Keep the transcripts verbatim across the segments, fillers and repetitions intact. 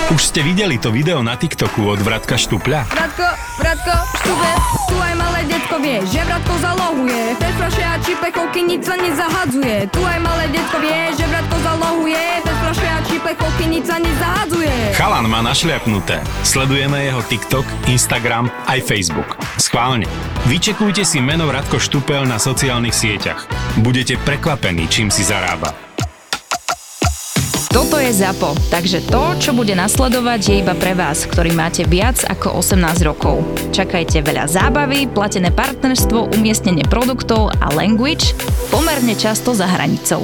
Už ste videli to video na TikToku od Vratka Štupľa? Vratko, Vratko, Štupe, tu aj malé detko vie, že Vratko zalohuje. Bez fľaše a čipechovky nič sa nezahadzuje. Tu aj malé detko vie, že Vratko zalohuje. Bez fľaše a čipechovky nič sa nezahadzuje. Chalan má našľapnuté. Sledujeme jeho TikTok, Instagram aj Facebook. Schválne. Vyčekujte si meno Vratko Štupel na sociálnych sieťach. Budete prekvapení, čím si zarába. Toto je ZAPO, takže to, čo bude nasledovať, je iba pre vás, ktorý máte viac ako osemnásť rokov. Čakajte veľa zábavy, platené partnerstvo, umiestnenie produktov a language pomerne často za hranicou.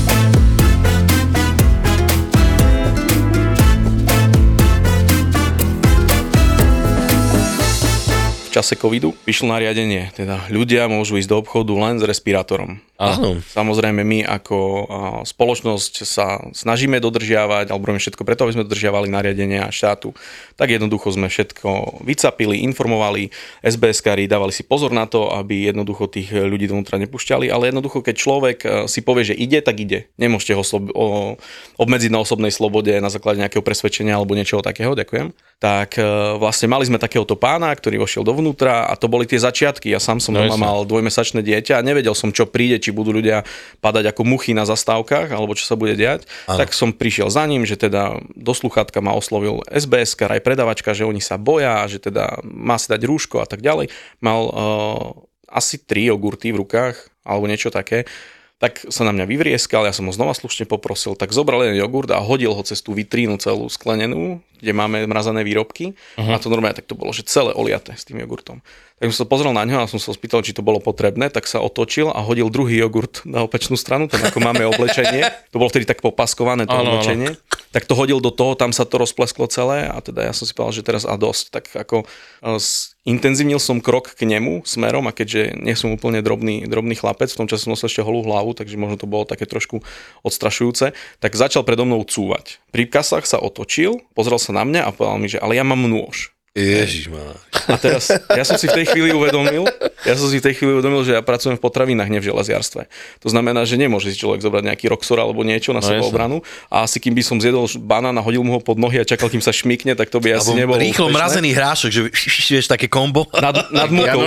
V čase covidu vyšlo nariadenie, teda ľudia môžu ísť do obchodu len s respirátorom. Áno. Samozrejme my ako spoločnosť sa snažíme dodržiavať, alebo robíme všetko preto, aby sme dodržiavali nariadenia štátu. Tak jednoducho sme všetko vycapili, informovali, es bé eskári dávali si pozor na to, aby jednoducho tých ľudí dovnútra nepúšťali, ale jednoducho keď človek si povie, že ide, tak ide. Nemôžete ho slob- o, obmedziť na osobnej slobode na základe nejakého presvedčenia alebo niečoho takého, ďakujem. Tak vlastne mali sme takéhoto pána, ktorý vošiel dovnútra a to boli tie začiatky. Ja sám som no, doma mal dvojmesačné dieťa a nevedel som, čo príde, či budú ľudia padať ako muchy na zastávkach, alebo čo sa bude diať. Ano. Tak som prišiel za ním, že teda do sluchátka ma oslovil es bé eskár, aj predavačka, že oni sa boja, že teda má si dať rúško a tak ďalej. Mal uh, asi tri jogurty v rukách, alebo niečo také. Tak sa na mňa vyvrieskal, ja som ho znova slušne poprosil, tak zobral jeden jogurt a hodil ho cez tú vitrínu celú sklenenú, kde máme mrazané výrobky. Uh-huh. A to normálne tak to bolo, že celé oliaté s tým jogurtom. Tak som sa pozrel na ňo a som sa spýtal, či to bolo potrebné, tak sa otočil a hodil druhý jogurt na opačnú stranu, tam ako máme oblečenie. To bolo vtedy tak popaskované to ano, oblečenie. Ano. Tak to hodil do toho, tam sa to rozplesklo celé a teda ja som si povedal, že teraz a dosť. Tak ako uh, intenzívnil som krok k nemu smerom a keďže nie som úplne drobný, drobný chlapec, v tom čase som nosil ešte holú hlavu, takže možno to bolo také trošku odstrašujúce, tak začal predo mnou cúvať. Pri kasách sa otočil, pozrel sa na mňa a povedal mi, že ale ja mám nôž. Ježišmá. A teraz, ja som si v tej chvíli uvedomil, ja som si v tej chvíli uvedomil, že ja pracujem v potravinách, nie v železiarstve. To znamená, že nemôže si človek zobrať nejaký Roxor alebo niečo na no sebeobranu a asi kým by som zjedol banán a hodil mu ho pod nohy a čakal, kým sa šmikne, tak to by asi nebolo rýchlo úspešné. Mrazený hrášok, že vieš také kombo. Nad, nad múkou.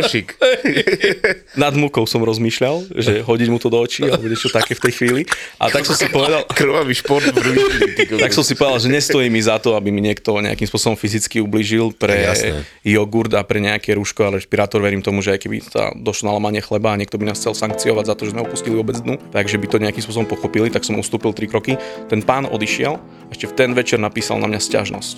Nad múkou som rozmýšľal, že hodiť mu to do očí alebo niečo také v tej chvíli. A tak som si povedal, krvavý šport v tak som si povedal, že nestojí mi za to, aby mi niekto nejakým spôsobom fyzicky ublížil pre Jasné. jogurt a pre nejaké rúško a respirátor. Verím tomu, že aj keby sa došlo na lamanie chleba a niekto by nás chcel sankciovať za to, že sme opustili vôbec dnu, takže by to nejakým spôsobom pochopili, tak som ustúpil tri kroky. Ten pán odišiel, ešte v ten večer napísal na mňa sťažnosť.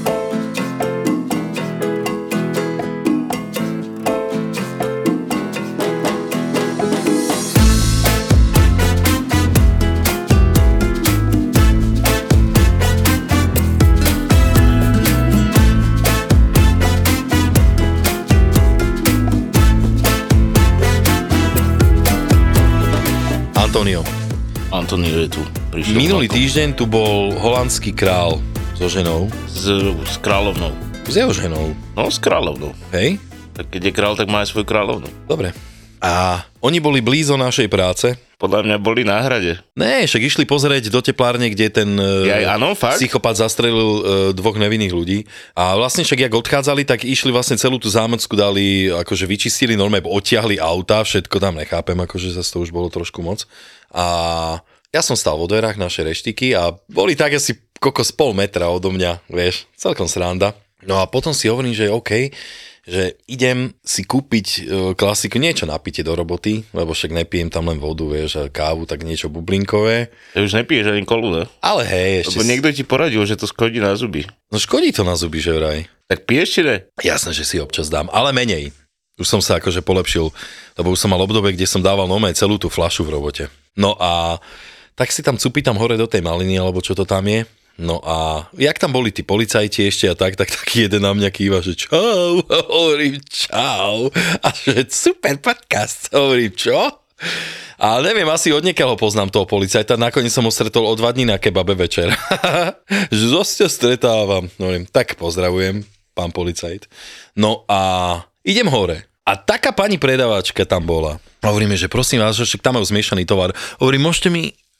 Antonio. Antonio je tu. Prišiel Minulý týždeň tu bol holandský král so ženou. S, s kráľovnou. S jeho ženou. No, s kráľovnou. Hej. Tak keď je král, tak má aj svoju kráľovnu. Dobre. A oni boli blízo našej práce. Podľa mňa boli na hrade. Ne, však išli pozrieť do teplárne, kde ten ja, áno, fakt? psychopat zastrelil uh, dvoch nevinných ľudí. A vlastne však, jak odchádzali, tak išli vlastne celú tú zámocku dali, akože vyčistili, normálne odtiahli auta, všetko tam nechápem, akože zase to už bolo trošku moc. A ja som stál vo dverách našej reštiky a boli tak asi kokos pol metra odo mňa, vieš, celkom sranda. No a potom si hovorím, že OK, že idem si kúpiť e, klasiku, niečo napitie do roboty, lebo však nepijem tam len vodu, vieš, a kávu, tak niečo bublinkové. Ja už nepiješ ani kolu, ne? Ale hej, ešte... Lebo niekto ti poradil, že to škodí na zuby. No škodí to na zuby, že vraj. Tak piješ či ne? Jasné, že si občas dám, ale menej. Už som sa akože polepšil, lebo už som mal obdobie, kde som dával nome celú tú fľašu v robote. No a tak si tam cupítam hore do tej maliny, alebo čo to tam je. No a jak tam boli tí policajti ešte a tak, tak taký jeden na mňa kýva, že čau, hovorím čau, a že super podcast, hovorím čo? A neviem, asi odniekaľ ho poznám toho policajta, nakoniec som ho stretol o dva dní na kebabe večer. Že zosť stretávam, hovorím, tak pozdravujem, pán policajt. No a idem hore. A taká pani predavačka tam bola. Hovoríme, že prosím vás, že tam majú zmiešaný tovar. Hovorím, môžete mi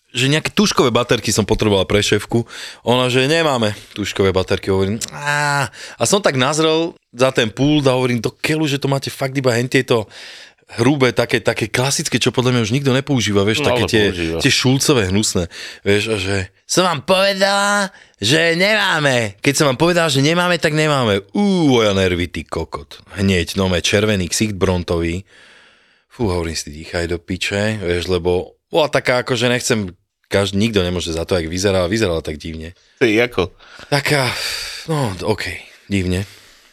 že nejaké tuškové baterky som potreboval pre šéfku. Ona, že nemáme tuškové baterky. Hovorím, á. A som tak nazrel za ten pult a hovorím, do keľu, že to máte fakt iba hen tieto hrubé, také, také klasické, čo podľa mňa už nikto nepoužíva, vieš, No, také tie, tie šulcové hnusné. Vieš, a že som vám povedala, že nemáme. Keď som vám povedala, že nemáme, tak nemáme. Uú, ja nervy, ty kokot. Hneď, no, červený ksicht brontový. Fú, hovorím si, dýchaj do piče, vieš, lebo bola taká, ako že nechcem, každý, nikto nemôže za to, jak vyzerala, vyzerala tak divne. Ty, ako? Taká, no, okej, okay, divne.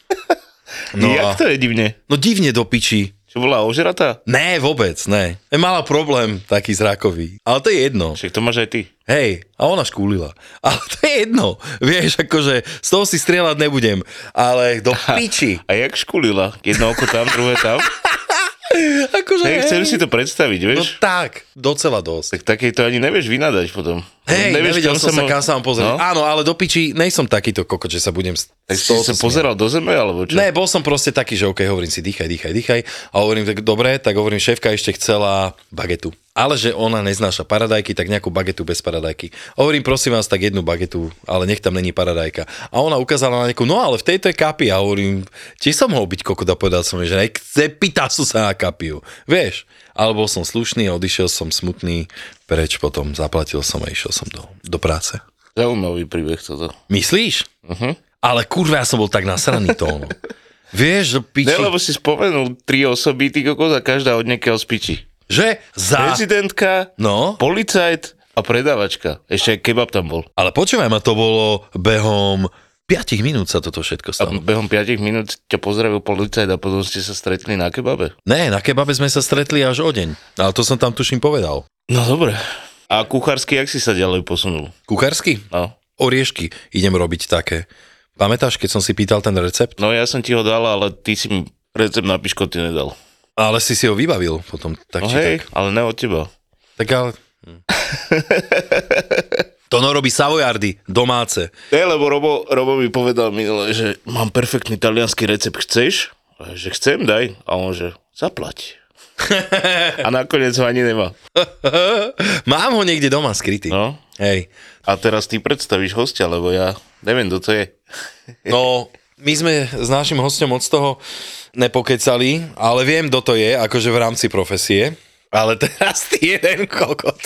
No jak a, to je divne? No divne do piči. Čo bola ožratá? Ne, vôbec, ne. Mala problém taký zrakový, ale to je jedno. Však to máš aj ty. Hej, a ona škúlila. Ale to je jedno, vieš, akože z toho si strieľať nebudem, ale do piči. A, a jak škúlila? Jedno oko tam, druhé tam? Akože, hej, chcem si to predstaviť, vieš? No tak, docela dosť. Tak takej to ani nevieš vynadať potom. Hej, nevieš, nevedel som sa, mo- kam sa mám pozrieť. No? Áno, ale do piči, nejsom takýto kokot, že sa budem... Tak si sa pozeral do zeme, alebo čo? Ne, bol som proste taký, že okej, okay, hovorím si, dýchaj, dýchaj, dýchaj. A hovorím, tak dobre, tak hovorím, šéfka ešte chcela bagetu. Ale že ona neznáša paradajky, tak nejakú bagetu bez paradajky. Hovorím, prosím vás, tak jednu bagetu, ale nech tam není paradajka. A ona ukázala na nejakú, no ale v tejto je kapi. A hovorím, tiež som mohol byť kokot a povedal som, že nechce pýtaš sa na kapiu. Vieš, ale bol som slušný a odišiel som smutný preč, potom zaplatil som a išiel som do, do práce. Zaujímavý príbeh toto. Myslíš? Uh-huh. Ale kurva, ja som bol tak nasraný tónom. Vieš, do piči. Ne, lebo si spomenul tri osoby, ty kokos, a každá od niekiaľ z piči. Že? Za... Prezidentka, no? Policajt a predávačka. Ešte aj kebab tam bol. Ale počúvaj ma, to bolo behom päť minút sa toto všetko stalo. A behom päť minút ťa pozdravil policajt a potom ste sa stretli na kebabe? Ne, na kebabe sme sa stretli až o deň. Ale to som tam tuším povedal. No dobre. A kuchársky, jak si sa ďalej posunul? Kuchársky? No. Oriešky idem robiť také. Pamätáš, keď som si pýtal ten recept? No ja som ti ho dal, ale ty si mi recept na piškoty nedal. Ale si si ho vybavil potom, tak No či hej, tak. ale ne od teba. Tak ale... Hm. To no robí Savoyardy, domáce. Ne, lebo Robo, Robo mi povedal minule, že mám perfektný taliansky recept, chceš? A že chcem, daj. A on že, zaplať. A nakoniec ho ani nemá. Mám ho niekde doma skrytý. No. Hej. A teraz ty predstavíš hostia, lebo ja neviem, kto to je. No, my sme s našim hosťom od toho nepokecali, ale viem, kto to je, akože v rámci profesie. Ale teraz ty jeden kokot.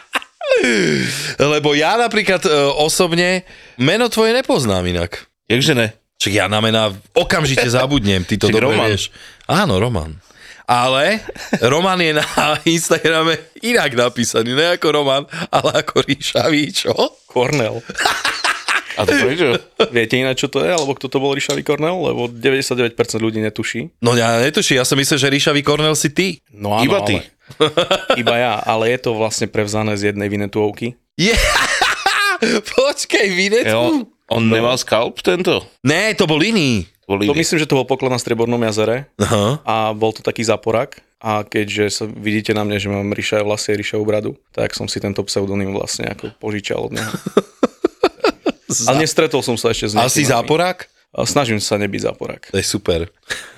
Lebo ja napríklad e, osobne meno tvoje nepoznám inak. Jakže ne? Čiže ja na mená okamžite zabudnem, ty to Čiže dobre Roman. vieš. Áno, Roman. Ale Roman je na Instagrame inak napísaný, ne ako Roman, ale ako ríšavý, čo? Kornel. A to prečo? Viete ináč, čo to je? Alebo kto to bol Ríšavý Kornel? Lebo deväťdesiatdeväť percent ľudí netuší. No ja netuší, ja som myslel, že ríšavý Kornel si ty. No áno, Iba ty. Ale, iba ja, ale je to vlastne prevzané z jednej Vinetuovky. Je, počkej, Vinetku. Jo, on nemal skalp tento? Ne, to bol iný. Bol To iný. myslím, že to bol poklad na Striebornom jazere Aha. a bol to taký záporak. A keďže sa vidíte na mne, že mám ríšavé vlasy a ríšavú bradu, tak som si tento pseudonym vlastne ako požičal od neho. Ale nestretol som sa ešte s A si niekým. záporák? A snažím sa nebyť záporák. To je super.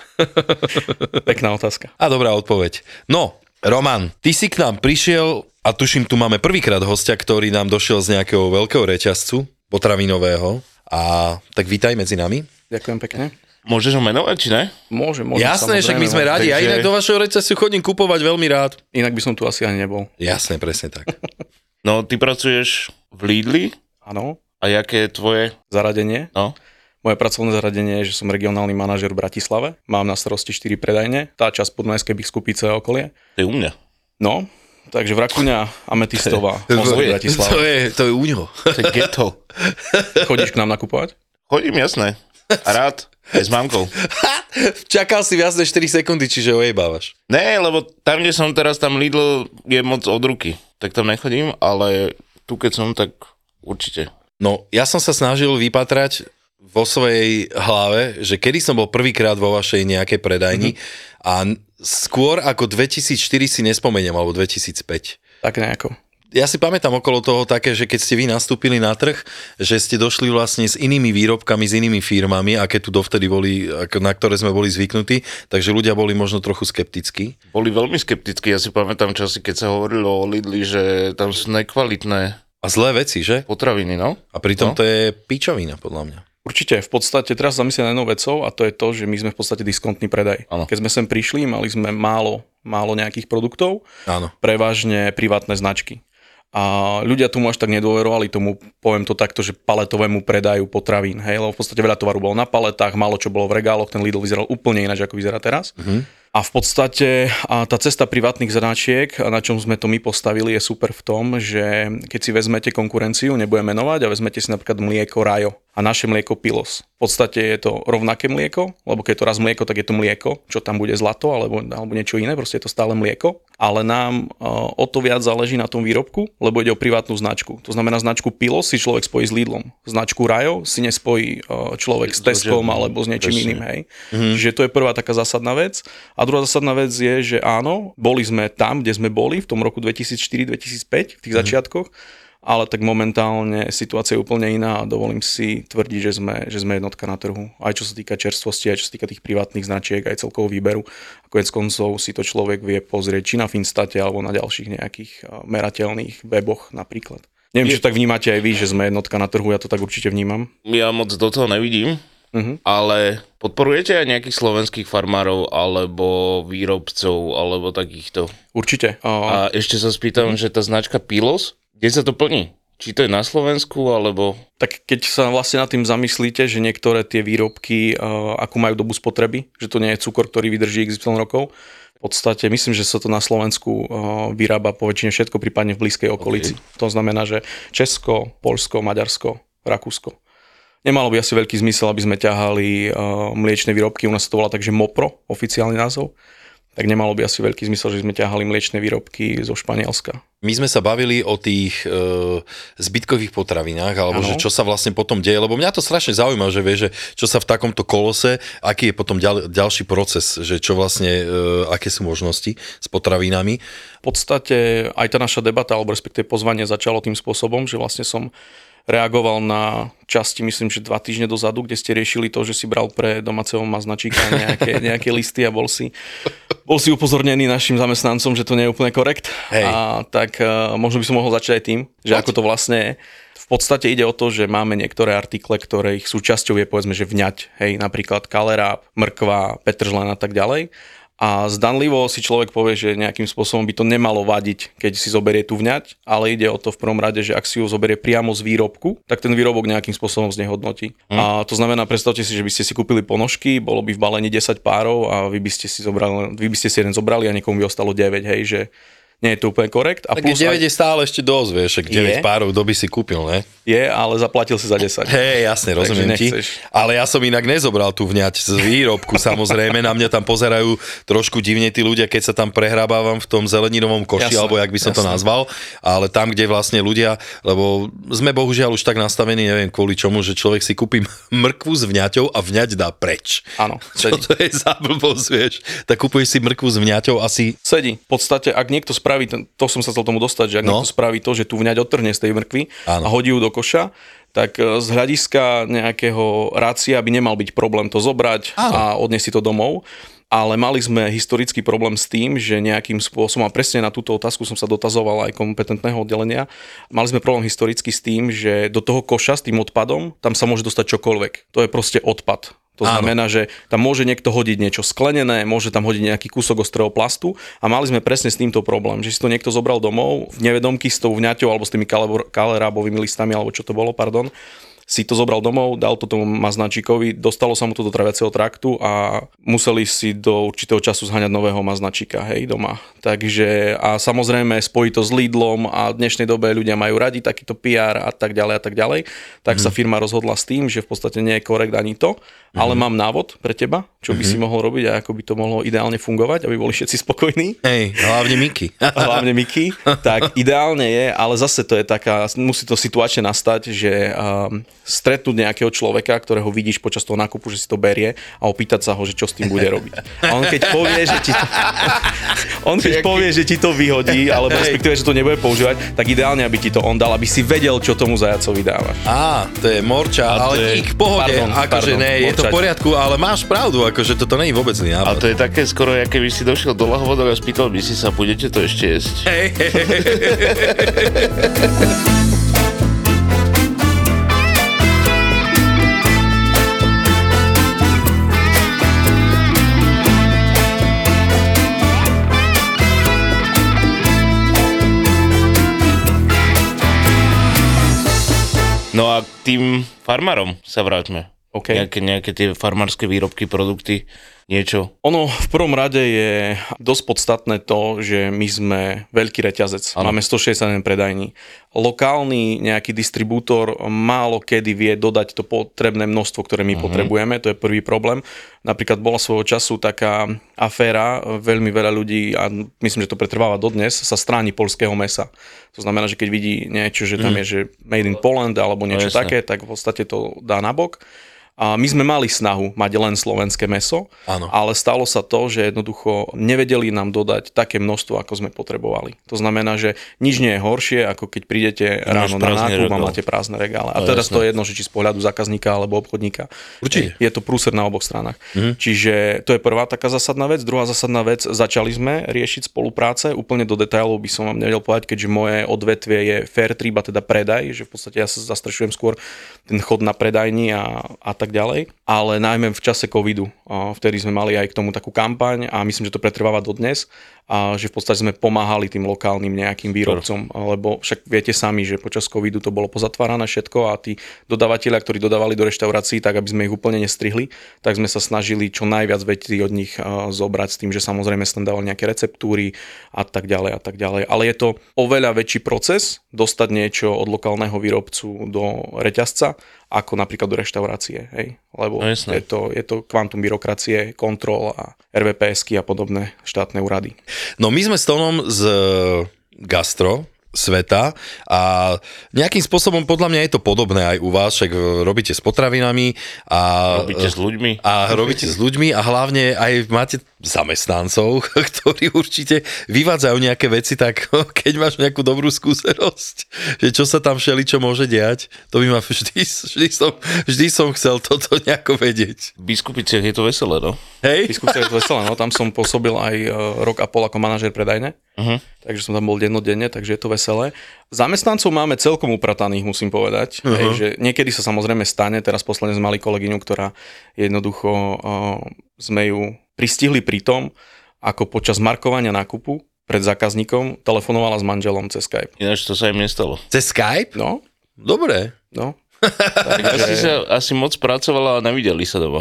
Pekná otázka. A dobrá odpoveď. No, Roman, ty si k nám prišiel a tuším, tu máme prvýkrát hostia, ktorý nám došiel z nejakého veľkého reťazcu potravinového. A tak vítaj medzi nami. Ďakujem pekne. Môžeš ho menovať, či ne? Môže, môže. Jasné, však my sme samozrejme. radi. A takže- inak do vašeho reťazcu chodím kupovať veľmi rád. Inak by som tu asi ani nebol. Jasné, presne tak. No, ty pracuješ v Lidli Áno, a jaké je tvoje? zaradenie. No, Moje pracovné zaradenie je, že som regionálny manažer v Bratislave. Mám na starosti štyri predajne. Tá časť Podunajskej Biskupice a okolie. to je u mňa. No, takže Vrakuňa, Ametistová, Most to, v je, to, Bratislave. je, to je u ňoho. To je ghetto. Chodíš k nám nakupovať? Chodím, jasné. A rád. Aj s mamkou. Čakal si viac než štyri sekundy, čiže ojebávaš. Ne, lebo tam, kde som teraz, tam Lidl je moc od ruky. Tak tam nechodím, ale tu keď som, tak určite. No, ja som sa snažil vypatrať vo svojej hlave, že kedy som bol prvýkrát vo vašej nejakej predajni mm-hmm. a skôr ako dvetisícštyri si nespomeniem, alebo dvetisícpäť. Tak nejako. Ja si pamätám okolo toho také, že keď ste vy nastúpili na trh, že ste došli vlastne s inými výrobkami, s inými firmami, aké tu dovtedy boli, na ktoré sme boli zvyknutí, takže ľudia boli možno trochu skeptickí. Boli veľmi skeptickí, ja si pamätám časy, keď sa hovorilo o Lidli, že tam sú nekvalitné A zlé veci, že? potraviny, no. A pritom No. to je pičovina, podľa mňa. Určite, v podstate teraz sa myslím na jednou vecou a to je to, že my sme v podstate diskontný predaj. Áno. Keď sme sem prišli, mali sme málo, málo nejakých produktov, Áno. prevažne privátne značky. A ľudia tomu až tak nedôverovali tomu, poviem to takto, že paletovému predaju potravín, hej, lebo v podstate veľa tovaru bolo na paletách, málo čo bolo v regáloch, ten Lidl vyzeral úplne ináč, ako vyzerá teraz. Mhm. A v podstate a tá cesta privátnych značiek, na čom sme to my postavili, je super v tom, že keď si vezmete konkurenciu, nebudem menovať, a vezmete si napríklad mlieko Rajo a naše mlieko Pilos. V podstate je to rovnaké mlieko, lebo keď je to raz mlieko, tak je to mlieko, čo tam bude zlato alebo, alebo niečo iné, proste je to stále mlieko. Ale nám uh, o to viac záleží na tom výrobku, lebo ide o privátnu značku. To znamená, značku Pilos si človek spojí s Lidlom. Značku Rajo si nespojí uh, človek s Teskom alebo s niečím presne. iným, hej. Mm-hmm. Čiže to je prvá taká zásadná vec. A druhá zásadná vec je, že áno, boli sme tam, kde sme boli v tom roku dvetisícštyri dvetisícpäť, v tých mm-hmm. začiatkoch, ale tak momentálne situácia je úplne iná a dovolím si tvrdiť, že sme, že sme jednotka na trhu. Aj čo sa týka čerstvosti, aj čo sa týka tých privátnych značiek, aj celkového výberu. A koniec koncov si to človek vie pozrieť či na Finstate, alebo na ďalších nejakých merateľných weboch napríklad. Neviem, či to tak vnímate aj vy, že sme jednotka na trhu, ja to tak určite vnímam. Ja moc do toho nevidím, Mhm. ale podporujete aj nejakých slovenských farmárov alebo výrobcov alebo takýchto? Určite. A ešte sa spýtam, že tá značka Pilos, kde sa to plní? Či to je na Slovensku, alebo... Tak keď sa vlastne nad tým zamyslíte, že niektoré tie výrobky, uh, akú majú dobu spotreby, že to nie je cukor, ktorý vydrží iks ypsilon rokov, v podstate myslím, že sa to na Slovensku uh, vyrába po väčšine všetko, prípadne v blízkej okolici. Okay. To znamená, že Česko, Poľsko, Maďarsko, Rakúsko. Nemalo by asi veľký zmysel, aby sme ťahali uh, mliečne výrobky, u nás sa to volá takže MOPRO, oficiálny názov, tak nemalo by asi veľký zmysel, že sme ťahali mliečne výrobky zo Španielska. My sme sa bavili o tých e, zbytkových potravinách, alebo ano. že čo sa vlastne potom deje, lebo mňa to strašne zaujíma, že vie, že čo sa v takomto kolose, aký je potom ďal, ďalší proces, že čo vlastne, e, aké sú možnosti s potravinami. V podstate aj tá naša debata, alebo respektíve pozvanie začalo tým spôsobom, že vlastne som reagoval na časti, myslím, že dva týždne dozadu, kde ste riešili to, že si bral pre domáceho maznačíka nejaké, nejaké listy a bol si, bol si upozornený našim zamestnancom, že to nie je úplne korekt. Hej. A tak uh, možno by som mohol začať aj tým, že ako to vlastne je. V podstate ide o to, že máme niektoré artikle, ktoré ich súčasťou je povedzme, že vňať, hej, napríklad kaleráb, mrkva, petržlen a tak ďalej. A zdanlivo si človek povie, že nejakým spôsobom by to nemalo vadiť, keď si zoberie tú vňať, ale ide o to v prvom rade, že ak si ju zoberie priamo z výrobku, tak ten výrobok nejakým spôsobom znehodnotí. Hmm. A to znamená, predstavte si, že by ste si kúpili ponožky, bolo by v balení desať párov a vy by ste si zobrali, vy by ste si jeden zobrali a niekomu by ostalo deväť, hej, že nie je to úplne korekt. A Tak plus deväť aj... je stále ešte dosť, vieš, ak deväť párov doby si kúpil, ne? Je, ale zaplatil si za desať. Hej, jasne, rozumiem ti. Ale ja som inak nezobral tú vňať z výrobku, samozrejme, na mňa tam pozerajú trošku divne tí ľudia, keď sa tam prehrabávam v tom zeleninovom koši, Jasne, alebo jak by som jasne. to nazval, ale tam, kde vlastne ľudia, lebo sme bohužiaľ už tak nastavení, neviem kvôli čomu, že človek si kúpi mrkvu s vňaťou a vňať dá preč. Áno, Čo sedí. to je za blbosť, vieš? Tak kúpuješ si mrkvu s vňaťou asi... Sedí. V podstate, ak niekto spraví, ten, to som sa chcel tomu dostať, že ak No. niekto spraví to, že tú vňať odtrhne z tej mrkvy Áno. a hodí ju do koša, tak e, z hľadiska nejakého rácia by nemal byť problém to zobrať Áno. a odniesť si to domov. Ale mali sme historický problém s tým, že nejakým spôsobom, a presne na túto otázku som sa dotazoval aj kompetentného oddelenia, mali sme problém historicky s tým, že do toho koša s tým odpadom, tam sa môže dostať čokoľvek. To je proste odpad. To Áno. znamená, že tam môže niekto hodiť niečo sklenené, môže tam hodiť nejaký kúsok ostrého plastu a mali sme presne s týmto problém, že si to niekto zobral domov v nevedomky s tou vňaťou alebo s tými kalerábovými listami, alebo čo to bolo, pardon, si to zobral domov, dal to tomu maznačíkovi, dostalo sa mu to do traviaceho traktu a museli si do určitého času zhaňať nového maznačíka, hej, doma. Takže a samozrejme spojí to s Lidlom a v dnešnej dobe ľudia majú radi takýto pé er a tak ďalej a tak ďalej, tak mm. sa firma rozhodla s tým, že v podstate nie je korekt ani to, mm. ale mám návod pre teba, čo by mm. si mohol robiť a ako by to mohlo ideálne fungovať, aby boli všetci spokojní. Hej, hlavne Miky. Hlavne Miky. Tak ideálne je, ale zase to je taká, musí to situačne nastať, že um, stretnúť nejakého človeka, ktorého vidíš počas toho nákupu, že si to berie a opýtať sa ho, že čo s tým bude robiť. A on keď povie, že ti to, on keď povie, že ti to vyhodí, alebo respektíve, že to nebude používať, tak ideálne, aby ti to on dal, aby si vedel, čo tomu zajacovi dávaš. Á, to je morča, ale je, dík, pohode, pardon, akože pardon, ne, je to v poriadku, ale máš pravdu, akože toto nie je vôbec zlý nápad. A to je také skoro, jak keby si došiel do Lahovodok a spýtal by si sa, budete to ešte jesť. Hej, hej, hej, hej. No a k tým farmárom sa vráťme. Okay. Nejaké, nejaké tie farmárske výrobky, produkty, niečo. Ono v prvom rade je dosť podstatné to, že my sme veľký reťazec. Ano. Máme stošesťdesiatjeden predajní. Lokálny nejaký distribútor málo kedy vie dodať to potrebné množstvo, ktoré my uh-huh. potrebujeme. To je prvý problém. Napríklad bola svojho času taká aféra, veľmi veľa ľudí, a myslím, že to pretrváva dodnes, sa stráni poľského mäsa. To znamená, že keď vidí niečo, že tam mm. je, že made in Poland alebo niečo no, také, tak v podstate to dá nabok. A my sme mali snahu mať len slovenské mäso, Áno. ale stalo sa to, že jednoducho nevedeli nám dodať také množstvo, ako sme potrebovali. To znamená, že nič nie je horšie, ako keď prídete ráno na nákup a máte prázdne regále. A teraz to je jedno, že či z pohľadu zákazníka alebo obchodníka. Určite. Je to prúser na oboch stranách. Mhm. Čiže to je prvá taká zásadná vec. Druhá zásadná vec, začali sme riešiť spolupráce. Úplne do detailov by som vám nevedel povedať, keďže moje odvetvie je fair trade, a teda predaj, že v podstate ja sa zastrešujem skôr ten chod na predajni a, a tak ďalej, ale najmä v čase covidu, vtedy sme mali aj k tomu takú kampaň a myslím, že to pretrváva dodnes, a že v podstate sme pomáhali tým lokálnym nejakým výrobcom, lebo však viete sami, že počas covidu to bolo pozatvárané všetko a tí dodavatelia, ktorí dodávali do reštaurácií, tak aby sme ich úplne nestrihli, tak sme sa snažili čo najviac vecí od nich zobrať s tým, že samozrejme sme dávali nejaké receptúry a tak ďalej a tak ďalej. Ale je to oveľa väčší proces dostať niečo od lokálneho výrobcu do reťazca, ako napríklad do reštaurácie, hej? Lebo no, je to, je to kvantum byrokracie, kontrol a er vé pé esky a podobné štátne úrady. No my sme s Tonom z gastro sveta a nejakým spôsobom podľa mňa je to podobné aj u vás, však robíte s potravinami a robíte s ľuďmi a robíte s ľuďmi a hlavne aj máte zamestnancov, ktorí určite vyvádzajú nejaké veci, tak keď máš nejakú dobrú skúsenosť, že čo sa tam všeličo môže diať, to by ma vždy, vždy, som, vždy som chcel toto nejako vedieť. V Biskupiciach je to veselé, no? Hej? V Biskupiciach je to veselé, no? Tam som pôsobil aj rok a pol ako manažér predajne. Uh-huh. Takže som tam bol dennodenne, takže je to veselé. Zamestnancov máme celkom uprataných, musím povedať. Uh-huh. Hej, že niekedy sa samozrejme stane, teraz posledne sme mali kolegyňu, ktorá jednoducho uh, sme ju pristihli pri tom, ako počas markovania nákupu pred zákazníkom telefonovala s manželom cez Skype. Ináč to sa im nestalo. Cez Skype? No. Dobre. No. Takže... Asi sa asi moc pracovala a nevideli sa doma.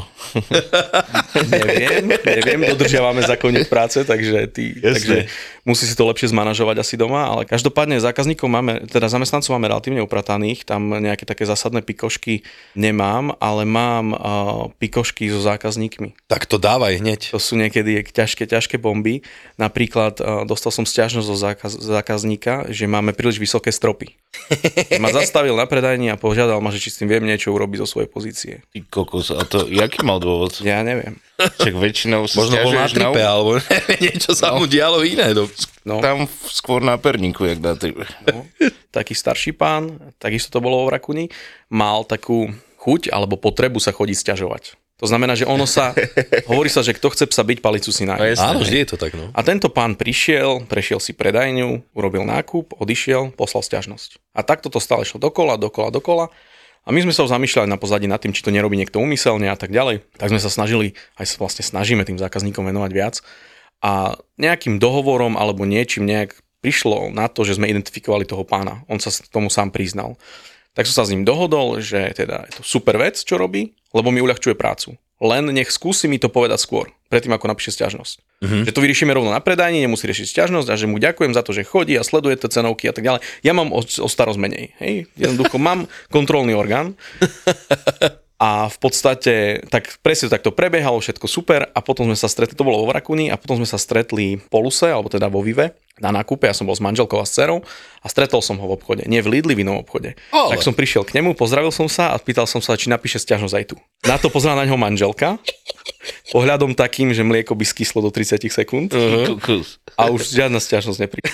neviem, neviem, dodržiavame zákonník práce, takže, ty, takže musí si to lepšie zmanažovať asi doma, ale každopádne zákazníkov máme, teda zamestnancov máme relatívne uprataných, tam nejaké také zásadné pikošky nemám, ale mám uh, pikošky so zákazníkmi. Tak to dávaj hneď. To sú niekedy ťažké, ťažké bomby. Napríklad uh, dostal som sťažnosť zo zákaz, zákazníka, že máme príliš vysoké stropy. Ma zastavil na predajni a požiadal ma, že či s tým viem niečo urobiť zo svojej pozície. Ty kokos, a to, jaký mal dôvod? Ja neviem. Však väčšinou sa možno bol na tripe, na... alebo niečo sa no. mu dialo iné. No. Tam skôr na perníku, jak na tripe. No. Taký starší pán, takisto to bolo vo Vrakuni, mal takú chuť alebo potrebu sa chodiť sťažovať. To znamená, že ono sa, hovorí sa, že kto chce psa byť, palicu si nájde. Áno, vždy je to tak. No. A tento pán prišiel, prešiel si predajňu, urobil nákup, odišiel, poslal sťažnosť. A takto to stále šlo dokola, dokola, dokola. A my sme sa zamýšľali na pozadí nad tým, či to nerobí niekto úmyselne a tak ďalej. Tak sme sa snažili, aj sa vlastne snažíme tým zákazníkom venovať viac. A nejakým dohovorom alebo niečím nejak prišlo na to, že sme identifikovali toho pána. On sa tomu sám priznal. Tak som sa s ním dohodol, že teda je to super vec, čo robí, lebo mi uľahčuje prácu. Len nech skúsi mi to povedať skôr, predtým ako napíše sťažnosť. Mm-hmm. Že to vyriešime rovno na predajni, nemusí riešiť sťažnosť a že mu ďakujem za to, že chodí a sleduje tie cenovky a tak ďalej. Ja mám o, o starosť menej. Hej? Jednoducho mám kontrolný orgán. A v podstate, tak presne tak to prebiehalo, všetko super a potom sme sa stretli, to bolo vo Vrakuni a potom sme sa stretli v Poluse, alebo teda vo Vive, na nákupe, ja som bol s manželkou a s dcerou a stretol som ho v obchode, nie v Lidli, v inom obchode. Ale. Tak som prišiel k nemu, pozdravil som sa a pýtal som sa, či napíše sťažnosť aj tu. Na to pozrela na ňo manželka, pohľadom takým, že mlieko by skyslo do tridsať sekúnd uh-huh. a už žiadna sťažnosť neprišla.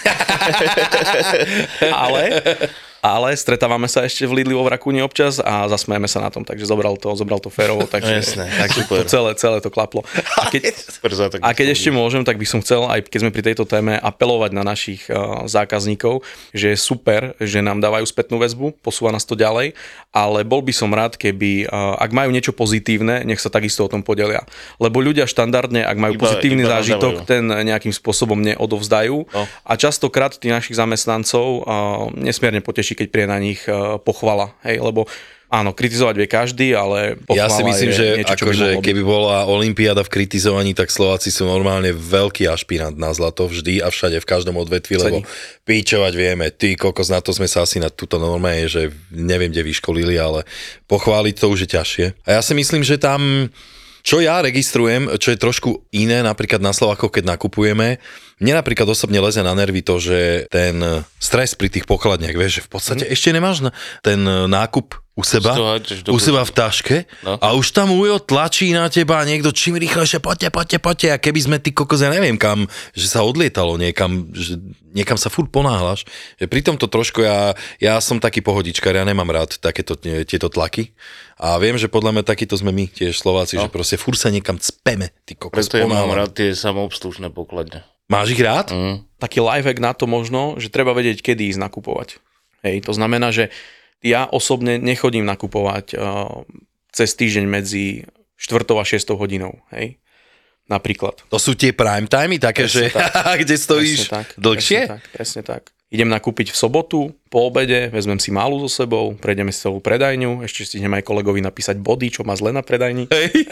Ale... Ale stretávame sa ešte v Lidli vo Vrakúni občas a zasmejeme sa na tom, takže zobral to, zobral to férovo, takže, Jasné, takže to celé, celé to klaplo. A keď, a keď ešte môžem, tak by som chcel, aj keď sme pri tejto téme, apelovať na našich uh, zákazníkov, že je super, že nám dávajú spätnú väzbu, posúva nás to ďalej, ale bol by som rád, keby, uh, ak majú niečo pozitívne, nech sa takisto o tom podelia. Lebo ľudia štandardne, ak majú iba, pozitívny iba zážitok, ten nejakým spôsobom neodovzdajú no. a častokrát tých našich zamestnancov uh, nesmierne poteší, keď príde na nich uh, pochvala, hej, lebo áno, kritizovať vie každý, ale pochvala ja si myslím, je že niečo, čo akože, by keby bola olympiáda v kritizovaní, tak Slováci sú normálne veľký ašpirant na zlato vždy a všade, v každom odvetví, lebo píčovať vieme, ty kokos, na to sme sa asi na túto norme, že neviem, kde vyškolili, ale pochváliť to už je ťažšie. A ja si myslím, že tam... Čo ja registrujem, čo je trošku iné, napríklad na Slovákoch, keď nakupujeme, mne napríklad osobne leze na nervy to, že ten stres pri tých pokladniach, vieš, že v podstate mm. ešte nemáš ten nákup u seba, u seba v taške no. a už tam ujo tlačí na teba a niekto čím rýchlejšie, poďte, poďte, poďte a keby sme ty kokos, ja neviem kam, že sa odlietalo niekam, že niekam sa furt ponáhľaš, že pri tomto trošku ja, ja som taký pohodičkar, ja nemám rád takéto tieto tlaky a viem, že podľa mňa takýto sme my tiež Slováci, no. že proste furt sa niekam cpeme, ty kokos. Preto ja mám rád tie samoobslužné pokladne. Máš ich rád? Mm. Taký lifehack na to možno, že treba vedieť, kedy ísť nakupovať. Hej, to znamená, že ja osobne nechodím nakupovať uh, cez týždeň medzi štvrtou a šiestou hodinou, hej, napríklad. To sú tie prime timey, také, presne že tak. Kde stojíš presne tak, dlhšie? Presne tak, presne tak. Idem nakúpiť v sobotu, po obede, vezmem si málu so sebou, prejdeme si celú predajňu, ešte stihnem aj kolegovi napísať body, čo má zle na predajni.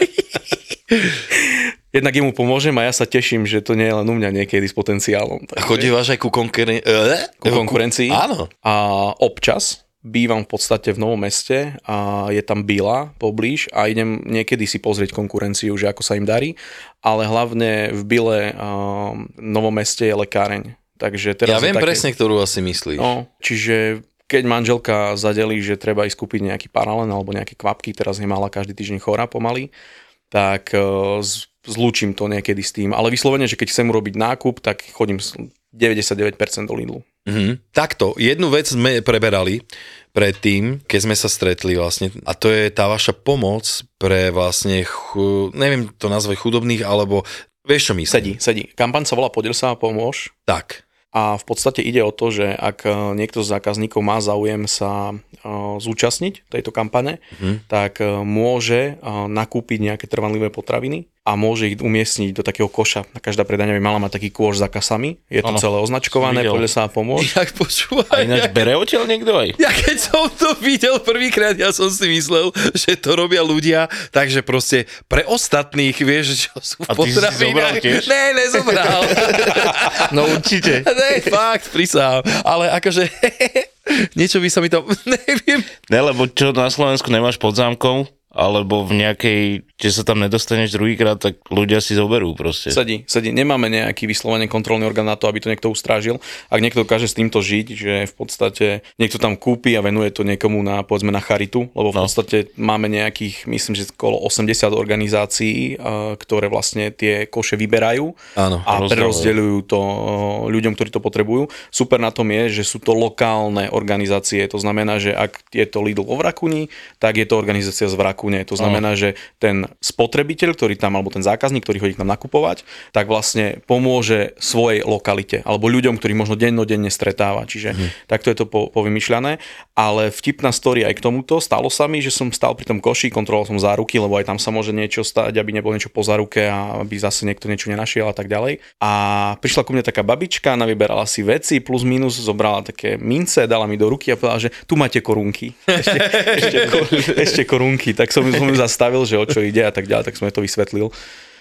Jednak jemu pomôžem a ja sa teším, že to nie je len u mňa niekedy s potenciálom. Takže... A chodívaš aj ku, konkuren... ku konkurencii? Áno. A občas bývam v podstate v Novom Meste a je tam Bila poblíž a idem niekedy si pozrieť konkurenciu, že ako sa im darí, ale hlavne v Bile a v Novom Meste je lekáreň. Takže teraz ja viem také... presne, ktorú asi myslíš. No, čiže keď manželka zadelí, že treba ísť kúpiť nejaký paralen alebo nejaké kvapky, teraz je mala každý týždeň chorá pomaly, tak uh, zlúčim to niekedy s tým. Ale vyslovene, že keď chcem urobiť nákup, tak chodím deväťdesiatdeväť percent do Lidlu. Mm-hmm. Takto, jednu vec sme preberali predtým, keď sme sa stretli vlastne, a to je tá vaša pomoc pre vlastne, chu, neviem to nazvať chudobných, alebo vieš čo myslím? Sedí, sedí. Kampaň sa volá Podiel sa a pomôž. Tak. A v podstate ide o to, že ak niekto z zákazníkov má záujem sa uh, zúčastniť tejto kampane, mm. tak uh, môže uh, nakúpiť nejaké trvanlivé potraviny a môže ich umiestniť do takého koša. Každá predajňa by mala mať taký kôš za kasami. Je to ano, celé označkované, poďme sa pomôcť. Jak počúvaj. A ináč bere odtiaľ niekto aj? Ja keď som to videl prvýkrát, ja som si myslel, že to robia ľudia, takže proste pre ostatných, vieš, čo sú a ty si zobral tiež? Ne, nezobral. No určite. Ne, fakt, prisám. Ale akože, niečo by sa mi to, neviem. Ne, lebo čo na Slovensku nemáš pod zámkom, alebo v nejakej, že sa tam nedostaneš druhýkrát, tak ľudia si zoberú proste. Sedí, sedí. Nemáme nejaký vyslovene kontrolný orgán na to, aby to niekto ustrážil. Ak niekto dokáže s týmto žiť, že v podstate niekto tam kúpi a venuje to niekomu na, povedzme, na charitu, lebo v no. podstate máme nejakých, myslím, že okolo osemdesiat organizácií, ktoré vlastne tie koše vyberajú Áno, a prerozdeľujú to ľuďom, ktorí to potrebujú. Super na tom je, že sú to lokálne organizácie. To znamená, že ak je to Lidl vo Vrakuni, tak je to organizácia z Vrakuni. To znamená, že ten spotrebiteľ, ktorý tam, alebo ten zákazník, ktorý chodí k nám nakupovať, tak vlastne pomôže svojej lokalite, alebo ľuďom, ktorí možno dennodenne stretáva. Čiže hmm. takto je to po, povymýšľané. Ale vtipná story aj k tomuto. Stalo sa mi, že som stál pri tom koši, kontroloval som záruky, lebo aj tam sa môže niečo stať, aby nebolo niečo po záruke a aby zase niekto niečo nenašiel a tak ďalej. A prišla ku mne taká babička, navyberala si veci, plus minus, zobrala také mince, dala mi do ruky a povedala, že tu máte korunky. Ešte, ešte, ešte korunky. Tak som, som ju zastavil, že o čo ide a tak ďalej, tak som jej to vysvetlil.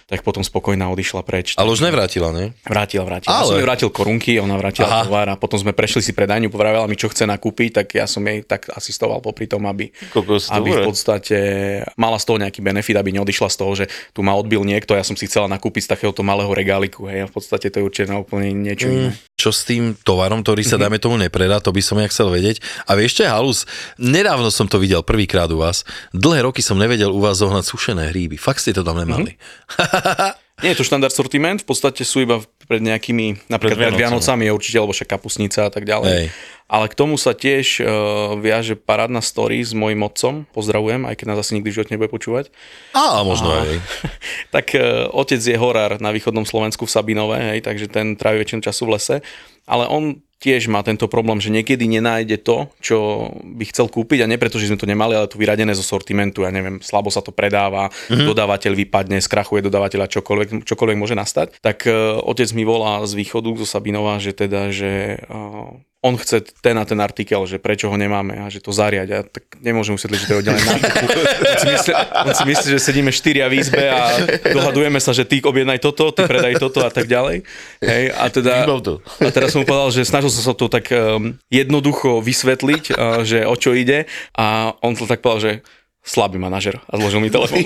tak potom spokojná odišla preč. Ale už nevrátila, ne? Vrátila, vrátila. Ale... Ja som jej vrátil korunky, ona vrátila Aha. tovar a potom sme prešli si predajňu, povedala mi, čo chce nakúpiť, tak ja som jej tak asistoval popri tom, aby, Kokos, aby v dobre. podstate mala z toho nejaký benefit, aby neodišla z toho, že tu ma odbil niekto, ja som si chcela nakúpiť z takéhoto malého regáliku, hej, a v podstate to je určite na úplne niečo iné. Čo s tým tovarom, ktorý sa dáme tomu nepredá, to by som ja chcel vedieť. A vieš čo je halus? Nedávno som to videl prvýkrát u vás. Dlhé roky som nevedel u vás zohnať sušené hríby. Fakt ste to tam nemali. Mm-hmm. Nie je to štandard sortiment, v podstate sú iba pred nejakými, napríklad pred, pred Vianocami je určite, alebo však kapusnica a tak ďalej. Hej. Ale k tomu sa tiež uh, viaže parádna story s mojím otcom, pozdravujem, aj keď nás asi nikdy v živote nebude počúvať. Á, možno a, aj. Tak uh, otec je horár na východnom Slovensku v Sabinove, hej, takže ten trávi väčšinu času v lese, ale on tiež má tento problém, že niekedy nenájde to, čo by chcel kúpiť a nie preto, že sme to nemali, ale to vyradené zo sortimentu, ja neviem, slabo sa to predáva, mm-hmm. dodávateľ vypadne, skrachuje dodávateľa, čokoľvek, čokoľvek môže nastať. Tak uh, otec mi volá z východu, zo Sabinova, že teda, že uh, on chce ten a ten artikel, že prečo ho nemáme a že to zariať. A tak nemôžem vysvetliť, že to je oddelené nákupu. On si myslí, on si myslí, že sedíme štyria v izbe a dohadujeme sa, že ty objednaj toto, ty predaj toto a tak ďalej. Hej, a teda a teraz som mu povedal, že snažil som sa to tak um, jednoducho vysvetliť, uh, že o čo ide a on to tak povedal, že slabý manažer a zložil mi telefón.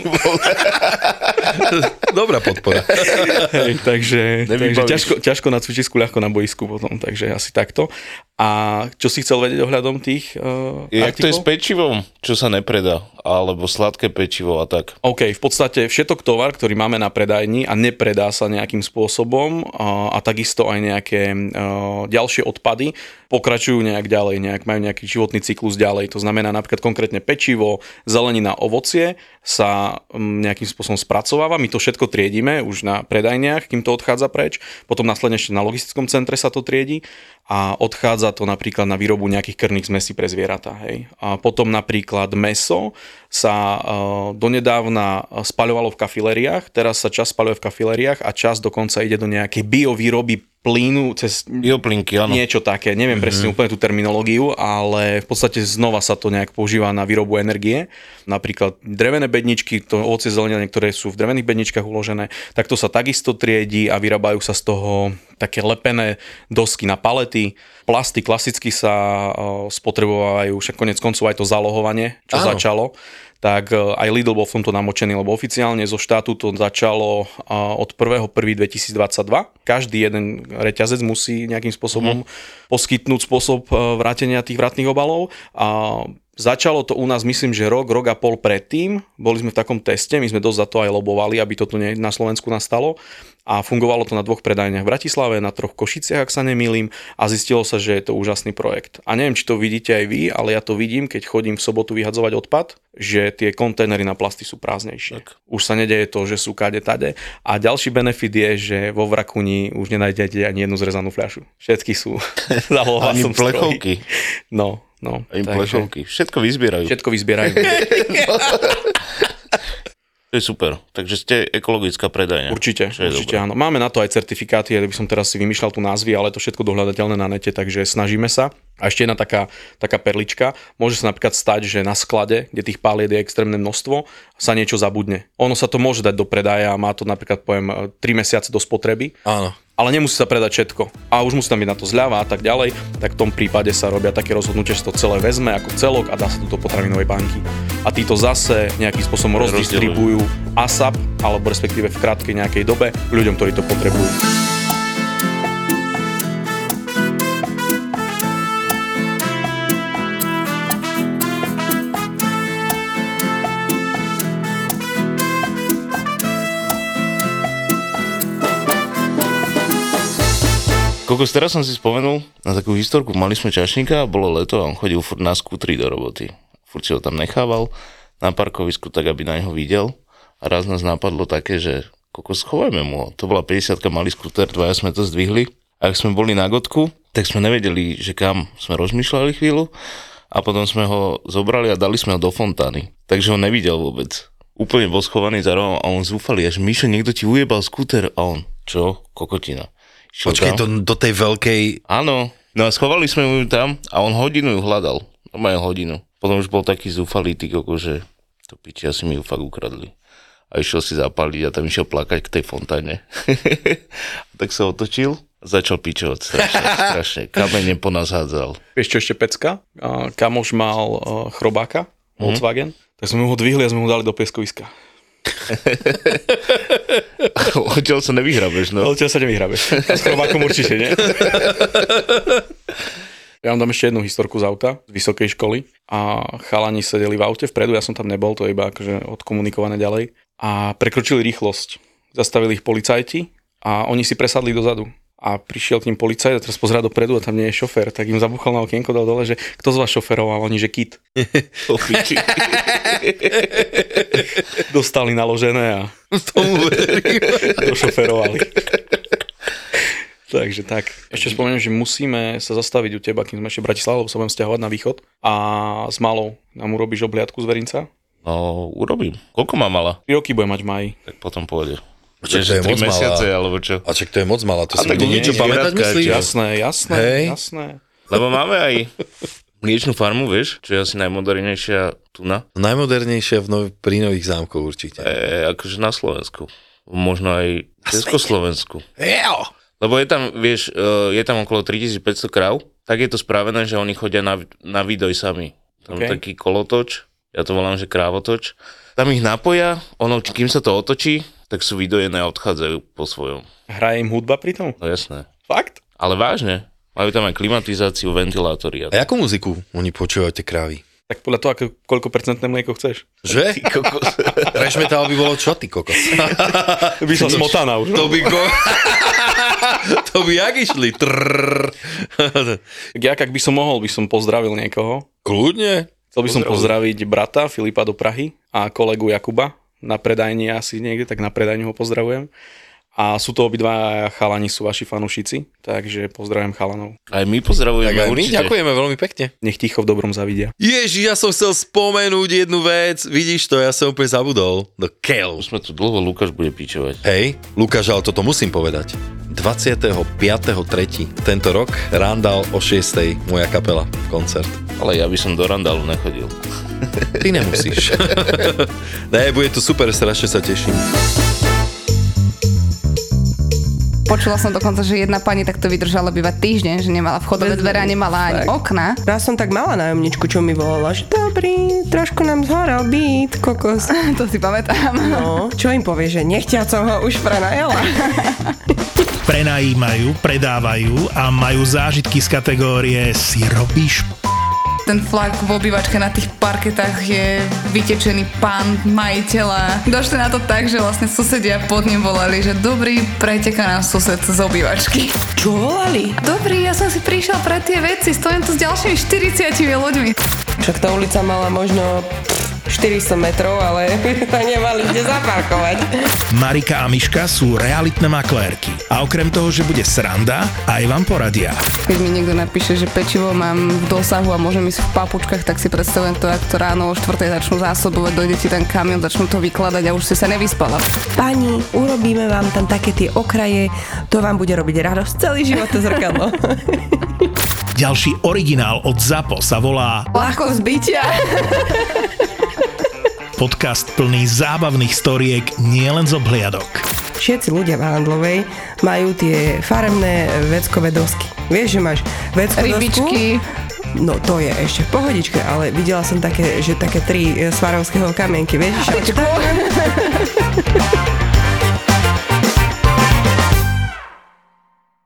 Dobrá podpora. Hej, takže takže ťažko, ťažko na cvičisku, ľahko na boisku potom, takže asi takto. A čo si chcel vedieť ohľadom tých uh, Jak artiklov? to je s pečivom, čo sa nepredá? Alebo sladké pečivo a tak? OK, v podstate všetok tovar, ktorý máme na predajni a nepredá sa nejakým spôsobom a, a takisto aj nejaké uh, ďalšie odpady pokračujú nejak ďalej, nejak majú nejaký životný cyklus ďalej. To znamená napríklad konkrétne pečivo, zelenina, ovocie sa um, nejakým spôsobom spracováva. My to všetko triedíme už na predajniach, kým to odchádza preč. Potom následne ešte na logistickom centre sa to triedi a odchádza to napríklad na výrobu nejakých krvných zmesí pre zvieratá. Hej. A potom napríklad mäso sa uh, donedávna spaľovalo v kafilériách, teraz sa čas spaľuje v kafilériách a čas dokonca ide do nejakej biovýroby plínu cez Bioplinky, áno. niečo také, neviem mm-hmm. presne úplne tú terminológiu, ale v podstate znova sa to nejak používa na výrobu energie. Napríklad drevené bedničky, to ovocie zeleniny, ktoré sú v drevených bedničkách uložené, tak to sa takisto triedí a vyrábajú sa z toho také lepené dosky na palety. Plasty klasicky sa spotrebovajú, však konec koncov aj to zálohovanie, čo Áno. začalo. Tak aj Lidl bol v tomto namočený, lebo oficiálne zo štátu to začalo od prvého prvého dvetisícdvadsaťdva. Každý jeden reťazec musí nejakým spôsobom mm. poskytnúť spôsob vrátenia tých vratných obalov. A začalo to u nás, myslím, že rok, rok a pol predtým. Boli sme v takom teste, my sme dosť za to aj lobovali, aby to tu na Slovensku nastalo. A fungovalo to na dvoch predajniach v Bratislave, na troch Košiciach, ak sa nemýlim, a zistilo sa, že je to úžasný projekt. A neviem, či to vidíte aj vy, ale ja to vidím, keď chodím v sobotu vyhadzovať odpad, že tie kontajnery na plasty sú prázdnejšie. Tak. Už sa nedeje to, že sú kade tade. A ďalší benefit je, že vo Vrakuni už nenájdete ani jednu zrezanú fľašu. Všetky sú zalohované. Ani plechovky. No, no. Ani plechovky. Všetko vyzbierajú. Všetko vyzbierajú. To je super. Takže ste ekologická predajňa. Určite, určite áno. Máme na to aj certifikáty, ja by som teraz si vymýšľal tu názvy, ale to všetko dohľadateľné na nete, takže snažíme sa. A ešte jedna taká, taká perlička. Môže sa napríklad stať, že na sklade, kde tých páliet je extrémne množstvo, sa niečo zabudne. Ono sa to môže dať do predaja a má to napríklad, poviem, tri mesiace do spotreby. Áno. Ale nemusí sa predať všetko. A už musí tam byť na to zľava a tak ďalej, tak v tom prípade sa robia také rozhodnutie, že to celé vezme ako celok a dá sa to do potravinovej banky. A títo zase nejakým spôsobom rozdistribujú ASAP, alebo respektíve v krátkej nejakej dobe ľuďom, ktorí to potrebujú. Kokos, teraz som si spomenul na takú historku, mali sme čašníka, bolo leto a on chodil furt na skútri do roboty. Furt si ho tam nechával na parkovisku tak, aby na neho videl. A raz nás napadlo také, že kokos, schovajme mu ho. To bola päťdesiatka, malý skúter, dvaja sme to zdvihli. A ak sme boli na Gotku, tak sme nevedeli, že kam. Sme rozmýšľali chvíľu a potom sme ho zobrali a dali sme ho do fontány. Takže ho nevidel vôbec. Úplne bol schovaný za rohom a on zúfali, až Míšo, niekto ti ujebal skúter. A on, čo? Kokotina. Počkej, to do tej veľkej... Áno, no a schovali sme ju tam a on hodinu ju hľadal. Normálne hodinu. Potom už bol taký zúfalý, ty koko, že to piči, asi mi ju fakt ukradli. a išiel si zapaliť a tam išiel plakať k tej fontáne. Tak sa otočil a začal pičovať strašne, strašne. Kamene po nás hádzal. Vieš čo ešte pecka? Uh, kamoš mal uh, chrobáka, Volkswagen, mm. tak sme mu ho dvihli a sme mu dali do pieskoviska. Odtiaľ sa nevyhrabeš, no. Odtiaľ sa nevyhrabeš. S chrobákom určite, nie? Ja vám dám ešte jednu historku z auta, z vysokej školy a chalani sedeli v aute vpredu, ja som tam nebol, to je iba akože odkomunikované ďalej a prekročili rýchlosť. Zastavili ich policajti a oni si presadli dozadu. A prišiel k ním policajt a teraz pozerá dopredu a tam nie je šofér, tak im zabuchal na okienko, dal dole, že kto z vás šoferoval, oni, že Kit. Dostali naložené a tomu verím. došoferovali. Takže tak. Ešte spomeniem, že musíme sa zastaviť u teba, kým sme ešte v Bratislave, lebo sa budem sťahovať na východ a s malou nám urobíš obhliadku z Verinca. No, urobím. Koľko má mala? tri roky bude mať v máji. Tak potom pôjde. Čo, to je moc mesiace, malá. alebo čo? A čak to je moc malá, to A si tak bude nie, niečo nie, pamätať, nie, myslíš? Jasné, jasné, Hej. jasné. Lebo máme aj mliečnú farmu, vieš, čo je asi najmodernejšia tuna. Najmodernejšia v nov- pri Nových Zámkoch určite. E, akože na Slovensku. Možno aj v Československu. Jo! Lebo je tam, vieš, je tam okolo tritisícpäťsto kráv, tak je to spravené, že oni chodia na, na výdoj sami. Tam Okay. je taký kolotoč, ja to volám, že krávotoč. Tam ich napoja, ono, kým sa to otočí, tak sú vydojené a odchádzajú po svojom. Hraje im hudba pri tom? No jasné. Fakt? Ale vážne, majú tam aj klimatizáciu, ventilátory. A jakú muziku oni počúvajú, tie krávy? Tak podľa toho, ako, koľko percentné mlieko chceš. Že? Trash metal by bolo čo, ty kokos? By som smotana už. To by ko... to by jak išli? Trrr. Tak ja, ak by som mohol, by som pozdravil niekoho. Kľudne. Chcel by som pozdraviť brata Filipa do Prahy a kolegu Jakuba na predajni asi niekde, tak na predajni ho pozdravujem. A sú to obidva chalani, sú vaši fanúšici, takže pozdravujem chalanov. Aj my pozdravujeme Tak aj my určite. ďakujeme veľmi pekne. Nech ticho v dobrom zavidia. Ježiš, ja som chcel spomenúť jednu vec. Vidíš to, ja som úplne zabudol. Do keľ. Už sme tu dlho, Lukáš bude pičovať. Hej, Lukáš, ale toto musím povedať. dvadsiateho piateho tretieho tento rok Randall o šiestej moja kapela, koncert. Ale ja by som do Randalu nechodil. Ty nemusíš. Ne, bude to super, strašne sa teším. Počula som dokonca, že jedna pani takto vydržala bývať týždeň, že nemala vchodové dvere a nemala ani Tak. okna. Raz som tak mala nájomničku, čo mi volala, že dobrý, trošku nám zhoral byt, kokos. To si pamätám. No, čo im povie, že nechťa som ho už prenajela. Prenajímajú, predávajú a majú zážitky z kategórie si robíš Ten flak v obývačke na tých parketách je vytečený pán majiteľa. Došli na to tak, že vlastne susedia pod ním volali, že dobrý, preteká nám sused z obývačky. Čo volali? Dobrý, ja som si prišiel pre tie veci, stojím tu s ďalšími štyridsiatimi ľuďmi. Však tá ulica mala možno štyristo metrov, ale nemali kde zaparkovať. Marika a Miška sú realitné maklérky a okrem toho, že bude sranda, aj vám poradia. Keď mi niekto napíše, že pečivo mám v dosahu a môžem ísť v papučkách, tak si predstavujem to, ako to ráno o štvrtej začnú zásobovať, dojde ti ten kamion, začnú to vykladať a už si sa nevyspala. Pani, urobíme vám tam také tie okraje, to vám bude robiť radosť celý život, to zrkadlo. Ďalší originál od ZAPO sa volá Ľahko zbytia. podcast plný zábavných storiek nielen z obhliadok. Všetci ľudia v Handlovej majú tie farebné veckové dosky. Vieš, že máš veckové Rybičky. No to je ešte v pohodičke, ale videla som také, že také tri svarovského kamienky, vieš? Šačku.